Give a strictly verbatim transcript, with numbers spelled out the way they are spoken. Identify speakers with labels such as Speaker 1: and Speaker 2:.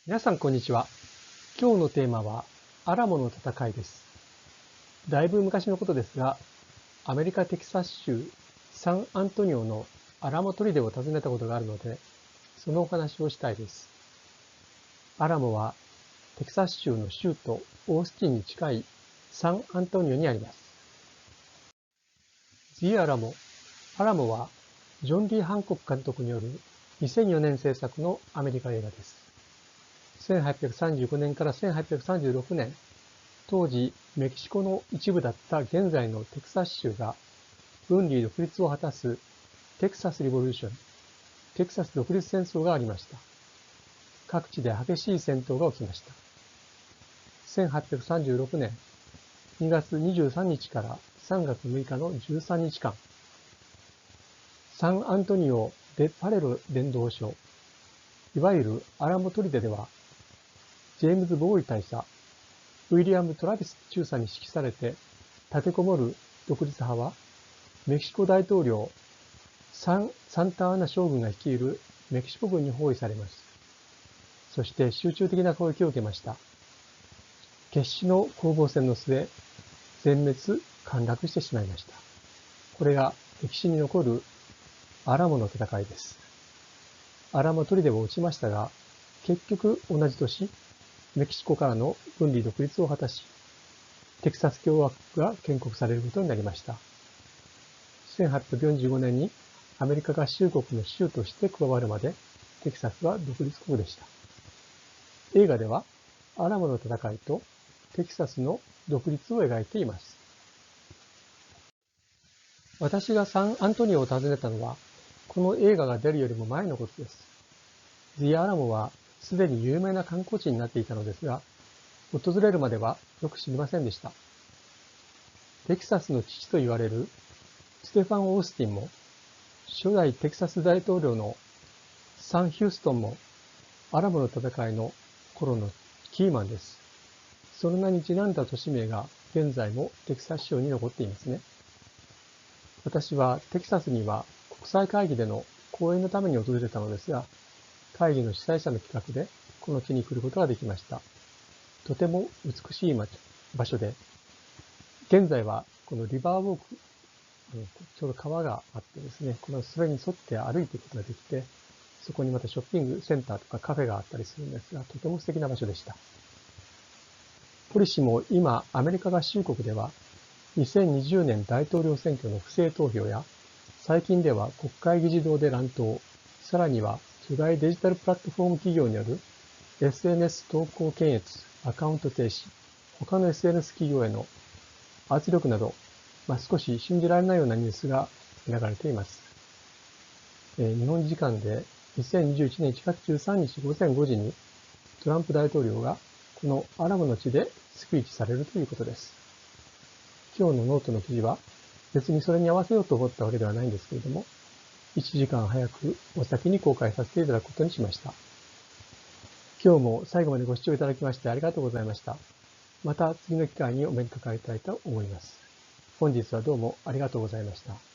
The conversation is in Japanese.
Speaker 1: 皆さんこんにちは。今日のテーマはアラモの戦いです。だいぶ昔のことですが、アメリカ・テキサス州サンアントニオのアラモ砦を訪ねたことがあるので、そのお話をしたいです。アラモはテキサス州の州都オースティンに近いサンアントニオにあります。The Alamo。アラモはジョン・リー・ハンコック監督によるにせんよねん制作のアメリカ映画です。せんはっぴゃくさんじゅうごねんからせんはっぴゃくさんじゅうろくねん、当時メキシコの一部だった現在のテキサス州が分離独立を果たすテキサスリボリューション、テキサス独立戦争がありました。各地で激しい戦闘が起きました。せんはっぴゃくさんじゅうろくねんにがつにじゅうさんにちからさんがつむいかのじゅうさんにちかん、サンアントニオ・デ・パレロ伝道所、いわゆるアラモ砦では、ジェームズ・ボーイ大佐、ウィリアム・トラビス中佐に指揮されて立てこもる独立派は、メキシコ大統領サン・サンタアナ将軍が率いるメキシコ軍に包囲されます。そして集中的な攻撃を受けました。決死の攻防戦の末、全滅、陥落してしまいました。これが歴史に残るアラモの戦いです。アラモ砦は落ちましたが、結局同じ年、メキシコからの分離独立を果たし、テキサス共和国が建国されることになりました。せんはっぴゃくよんじゅうごねんにアメリカ合衆国の州として加わるまで、テキサスは独立国でした。映画では、アラモの戦いとテキサスの独立を描いています。私がサンアントニオを訪ねたのは、この映画が出るよりも前のことです。The Alamoはすでに有名な観光地になっていたのですが、訪れるまではよく知りませんでした。テキサスの父と言われるステファン・オースティンも、初代テキサス大統領のサン・ヒューストンも、アラモの戦いの頃のキーマンです。その名にちなんだ都市名が現在もテキサス州に残っていますね。私はテキサスには国際会議での講演のために訪れたのですが、会議の主催者の企画でこの地に来ることができました。とても美しい場所で、現在はこのリバーウォーク、ちょうど川があってですね、このそれに沿って歩いていくことができて、そこにまたショッピングセンターとかカフェがあったりするんですが、とても素敵な場所でした。ポリシも今、アメリカ合衆国では、にせんにじゅうねん大統領選挙の不正投票や、最近では国会議事堂で乱闘、さらには巨大デジタルプラットフォーム企業による エスエヌエス 投稿検閲、アカウント停止、他の エスエヌエス 企業への圧力など、まあ、少し信じられないようなニュースが流れています。えー、日本時間でにせんにじゅういちねんいちがつじゅうさんにちごぜんごじにトランプ大統領がこのアラモの地でスピーチされるということです。今日のノートの記事は別にそれに合わせようと思ったわけではないんですけれども、いちじかん早くお先に公開させていただくことにしました。今日も最後までご視聴いただきましてありがとうございました。また次の機会にお目にかかりたいと思います。本日はどうもありがとうございました。